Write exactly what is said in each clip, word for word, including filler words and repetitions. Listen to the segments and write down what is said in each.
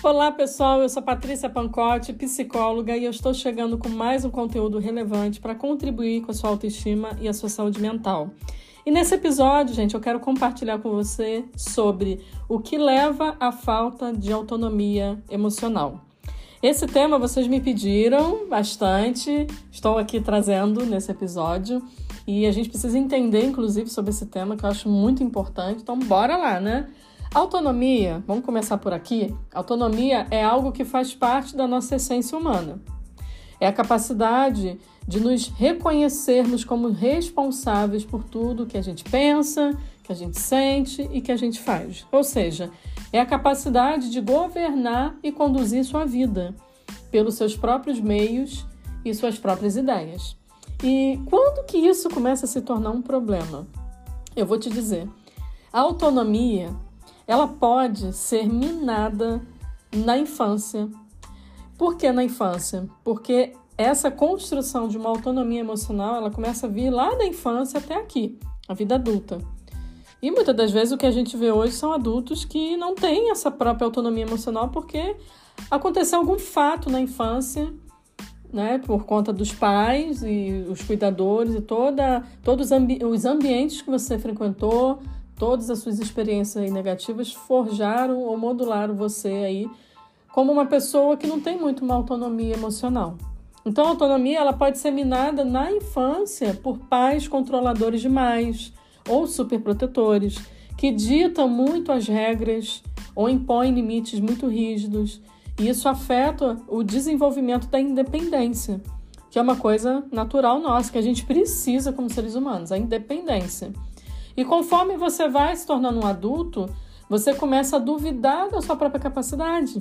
Olá pessoal, eu sou Patrícia Pancotti, psicóloga, e eu estou chegando com mais um conteúdo relevante para contribuir com a sua autoestima e a sua saúde mental. E nesse episódio, gente, eu quero compartilhar com você sobre o que leva à falta de autonomia emocional. Esse tema vocês me pediram bastante, estou aqui trazendo nesse episódio e a gente precisa entender, inclusive, sobre esse tema que eu acho muito importante, então bora lá, né? Autonomia, vamos começar por aqui. Autonomia é algo que faz parte da nossa essência humana. É a capacidade de nos reconhecermos como responsáveis por tudo que a gente pensa, que a gente sente e que a gente faz. Ou seja, é a capacidade de governar e conduzir sua vida pelos seus próprios meios e suas próprias ideias. E quando que isso começa a se tornar um problema? Eu vou te dizer. A autonomia, ela pode ser minada na infância. Por que na infância? Porque essa construção de uma autonomia emocional, ela começa a vir lá da infância até aqui, a vida adulta. E muitas das vezes o que a gente vê hoje são adultos que não têm essa própria autonomia emocional porque aconteceu algum fato na infância, né, por conta dos pais e os cuidadores e toda, todos os, ambi- os ambientes que você frequentou, todas as suas experiências negativas forjaram ou modularam você aí como uma pessoa que não tem muito uma autonomia emocional. Então, a autonomia ela pode ser minada na infância por pais controladores demais ou superprotetores, que ditam muito as regras ou impõem limites muito rígidos. E isso afeta o desenvolvimento da independência, que é uma coisa natural nossa, que a gente precisa como seres humanos, a independência. E conforme você vai se tornando um adulto, você começa a duvidar da sua própria capacidade.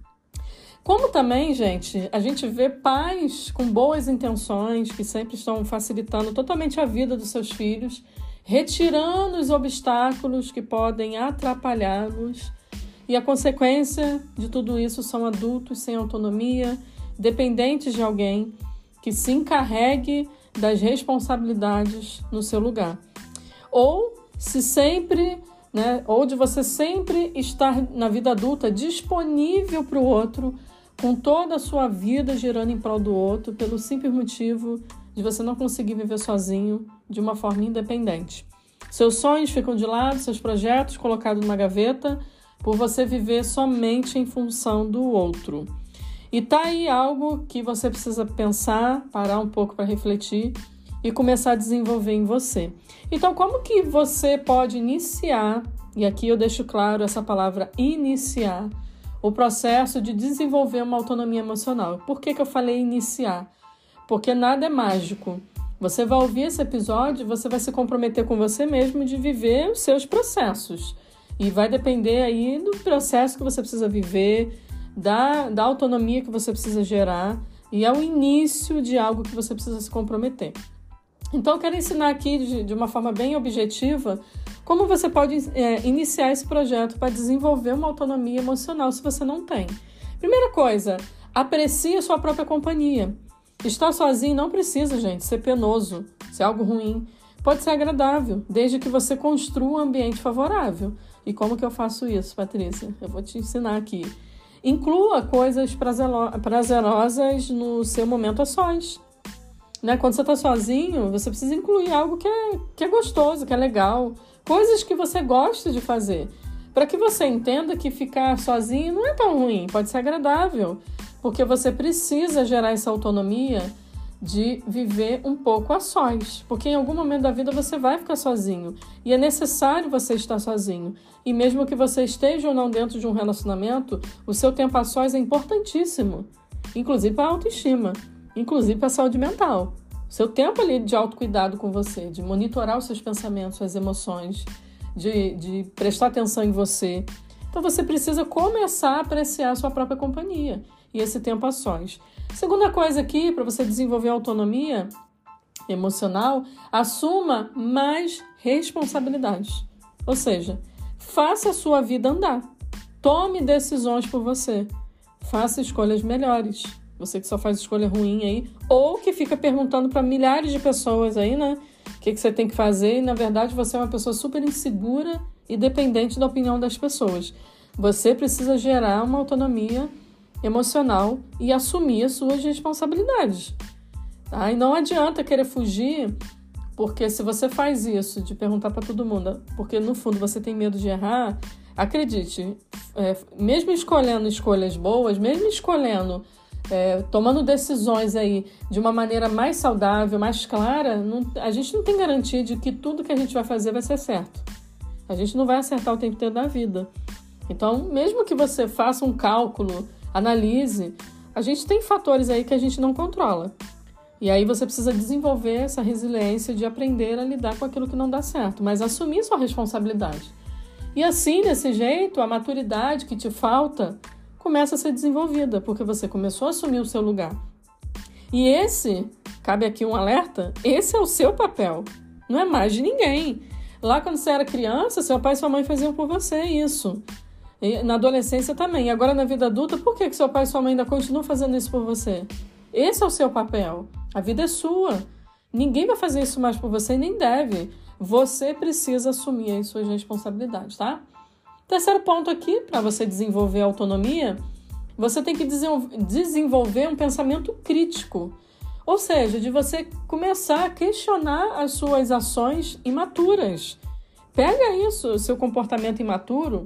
Como também, gente, a gente vê pais com boas intenções, que sempre estão facilitando totalmente a vida dos seus filhos, retirando os obstáculos que podem atrapalhá-los. E a consequência de tudo isso são adultos sem autonomia, dependentes de alguém que se encarregue das responsabilidades no seu lugar. Ou se sempre, né, ou de você sempre estar na vida adulta disponível para o outro, com toda a sua vida girando em prol do outro, pelo simples motivo de você não conseguir viver sozinho de uma forma independente. Seus sonhos ficam de lado, seus projetos colocados numa gaveta, por você viver somente em função do outro. E tá aí algo que você precisa pensar, parar um pouco para refletir e começar a desenvolver em você. Então, como que você pode iniciar, e aqui eu deixo claro essa palavra iniciar, o processo de desenvolver uma autonomia emocional? Por que que eu falei iniciar? Porque nada é mágico. Você vai ouvir esse episódio e você vai se comprometer com você mesmo de viver os seus processos. E vai depender aí do processo que você precisa viver, da, da autonomia que você precisa gerar, e é o início de algo que você precisa se comprometer. Então, eu quero ensinar aqui de, de uma forma bem objetiva como você pode é, iniciar esse projeto para desenvolver uma autonomia emocional se você não tem. Primeira coisa, aprecie a sua própria companhia. Estar sozinho não precisa, gente, ser penoso, ser algo ruim. Pode ser agradável, desde que você construa um ambiente favorável. E como que eu faço isso, Patrícia? Eu vou te ensinar aqui. Inclua coisas prazero- prazerosas no seu momento a sós. Né? Quando você está sozinho, você precisa incluir algo que é, que é gostoso, que é legal. Coisas que você gosta de fazer. Para que você entenda que ficar sozinho não é tão ruim, pode ser agradável. Porque você precisa gerar essa autonomia de viver um pouco a sós. Porque em algum momento da vida você vai ficar sozinho. E é necessário você estar sozinho. E mesmo que você esteja ou não dentro de um relacionamento, o seu tempo a sós é importantíssimo. Inclusive para a autoestima. Inclusive para a saúde mental. Seu tempo ali de autocuidado com você, de monitorar os seus pensamentos, suas emoções, de, de prestar atenção em você. Então você precisa começar a apreciar a sua própria companhia e esse tempo a sós. Segunda coisa aqui, para você desenvolver a autonomia emocional, assuma mais responsabilidades. Ou seja, faça a sua vida andar. Tome decisões por você. Faça escolhas melhores. Você que só faz escolha ruim aí, ou que fica perguntando para milhares de pessoas aí, né? O que, que você tem que fazer, e na verdade você é uma pessoa super insegura e dependente da opinião das pessoas. Você precisa gerar uma autonomia emocional e assumir as suas responsabilidades. Tá? E não adianta querer fugir, porque se você faz isso, de perguntar para todo mundo, porque no fundo você tem medo de errar, acredite, é, mesmo escolhendo escolhas boas, mesmo escolhendo, é, tomando decisões aí de uma maneira mais saudável, mais clara, não, a gente não tem garantia de que tudo que a gente vai fazer vai ser certo. A gente não vai acertar o tempo inteiro da vida. Então, mesmo que você faça um cálculo, analise, a gente tem fatores aí que a gente não controla. E aí você precisa desenvolver essa resiliência de aprender a lidar com aquilo que não dá certo, mas assumir sua responsabilidade. E assim, desse jeito, a maturidade que te falta começa a ser desenvolvida, porque você começou a assumir o seu lugar. E esse, cabe aqui um alerta, esse é o seu papel, não é mais de ninguém. Lá quando você era criança, seu pai e sua mãe faziam por você isso. E na adolescência também. E agora na vida adulta, por que que seu pai e sua mãe ainda continuam fazendo isso por você? Esse é o seu papel. A vida é sua. Ninguém vai fazer isso mais por você e nem deve. Você precisa assumir as suas responsabilidades, tá? Terceiro ponto aqui, para você desenvolver a autonomia, você tem que desenvolver um pensamento crítico. Ou seja, de você começar a questionar as suas ações imaturas. Pega isso, o seu comportamento imaturo,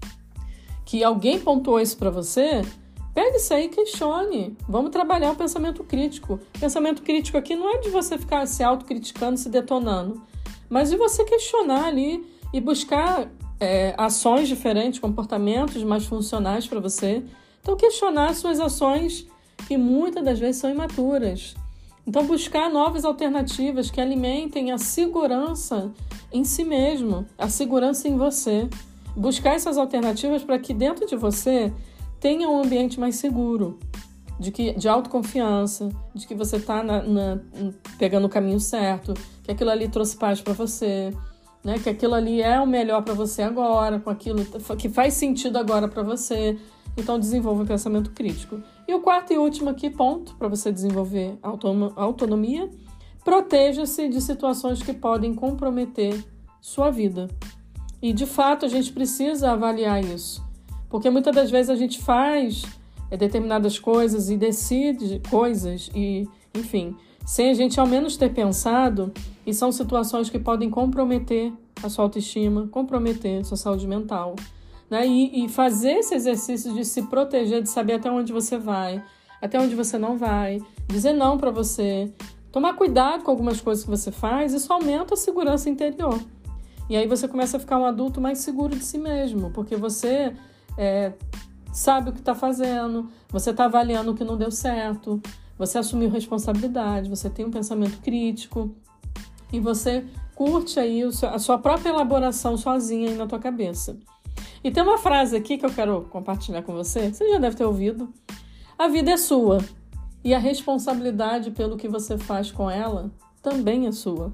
que alguém pontuou isso para você, pega isso aí e questione. Vamos trabalhar o pensamento crítico. O pensamento crítico aqui não é de você ficar se autocriticando, se detonando, mas de você questionar ali e buscar é, ações diferentes, comportamentos mais funcionais para você. Então, questionar suas ações que muitas das vezes são imaturas. Então, buscar novas alternativas que alimentem a segurança em si mesmo, a segurança em você. Buscar essas alternativas para que dentro de você tenha um ambiente mais seguro, de, que, de autoconfiança, de que você está pegando o caminho certo, que aquilo ali trouxe paz para você, né? Que aquilo ali é o melhor para você agora, com aquilo que faz sentido agora para você. Então, desenvolva um pensamento crítico. E o quarto e último aqui, ponto, para você desenvolver autonomia, proteja-se de situações que podem comprometer sua vida. E, de fato, a gente precisa avaliar isso. Porque muitas das vezes a gente faz é, determinadas coisas e decide coisas, e, enfim, sem a gente ao menos ter pensado, e são situações que podem comprometer a sua autoestima, comprometer a sua saúde mental. Né? E, e fazer esse exercício de se proteger, de saber até onde você vai, até onde você não vai, dizer não para você, tomar cuidado com algumas coisas que você faz, isso aumenta a segurança interior. E aí você começa a ficar um adulto mais seguro de si mesmo, porque você é, sabe o que está fazendo, você está avaliando o que não deu certo, você assumiu responsabilidade, você tem um pensamento crítico e você curte aí a sua própria elaboração sozinha aí na tua cabeça. E tem uma frase aqui que eu quero compartilhar com você, você já deve ter ouvido. A vida é sua e a responsabilidade pelo que você faz com ela também é sua.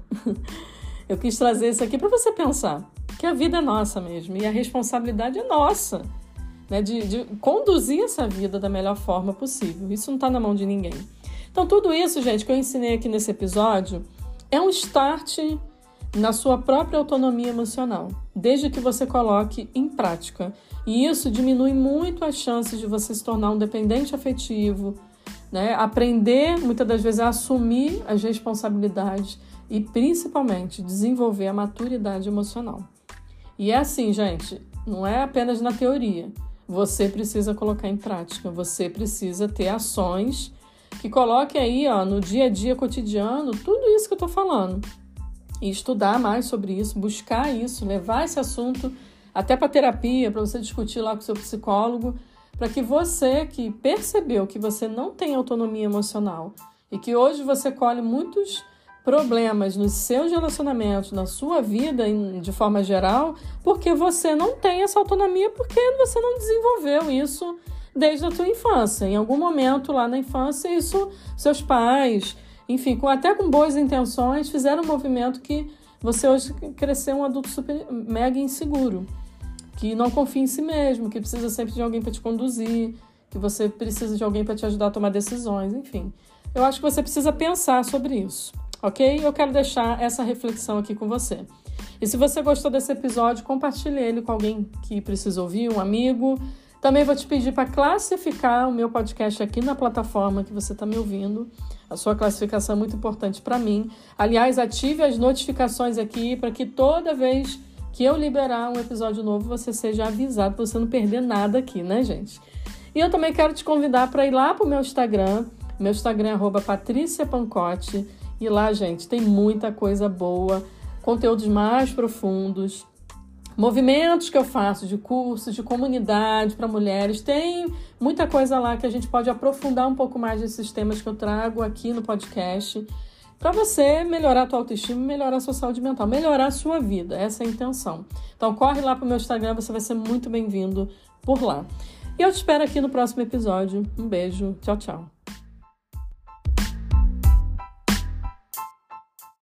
Eu quis trazer isso aqui para você pensar, que a vida é nossa mesmo e a responsabilidade é nossa, né, de, de conduzir essa vida da melhor forma possível. Isso não está na mão de ninguém. Então, tudo isso, gente, que eu ensinei aqui nesse episódio é um start na sua própria autonomia emocional, desde que você coloque em prática. E isso diminui muito as chances de você se tornar um dependente afetivo, né? Aprender, muitas das vezes, a assumir as responsabilidades e, principalmente, desenvolver a maturidade emocional. E é assim, gente, não é apenas na teoria. Você precisa colocar em prática, você precisa ter ações que coloquem aí, ó, no dia a dia cotidiano, tudo isso que eu tô falando. E estudar mais sobre isso, buscar isso, levar esse assunto até para terapia, para você discutir lá com o seu psicólogo, para que você que percebeu que você não tem autonomia emocional e que hoje você colhe muitos problemas nos seus relacionamentos, na sua vida de forma geral, porque você não tem essa autonomia, porque você não desenvolveu isso desde a sua infância. Em algum momento lá na infância, isso seus pais, enfim, com, até com boas intenções, fizeram um movimento que você hoje cresceu um adulto super mega inseguro, que não confia em si mesmo, que precisa sempre de alguém para te conduzir, que você precisa de alguém para te ajudar a tomar decisões, enfim. Eu acho que você precisa pensar sobre isso, ok? Eu quero deixar essa reflexão aqui com você. E se você gostou desse episódio, compartilhe ele com alguém que precisa ouvir, um amigo. Também vou te pedir para classificar o meu podcast aqui na plataforma que você está me ouvindo. A sua classificação é muito importante para mim. Aliás, ative as notificações aqui para que toda vez que eu liberar um episódio novo, você seja avisado, para você não perder nada aqui, né, gente? E eu também quero te convidar para ir lá para o meu Instagram. Meu Instagram é arroba Patrícia Pancotti. E lá, gente, tem muita coisa boa, conteúdos mais profundos, movimentos que eu faço de cursos, de comunidade para mulheres. Tem muita coisa lá que a gente pode aprofundar um pouco mais desses temas que eu trago aqui no podcast, para você melhorar a tua autoestima, melhorar a sua saúde mental, melhorar a sua vida. Essa é a intenção. Então, corre lá para o meu Instagram, você vai ser muito bem-vindo por lá. E eu te espero aqui no próximo episódio. Um beijo. Tchau, tchau.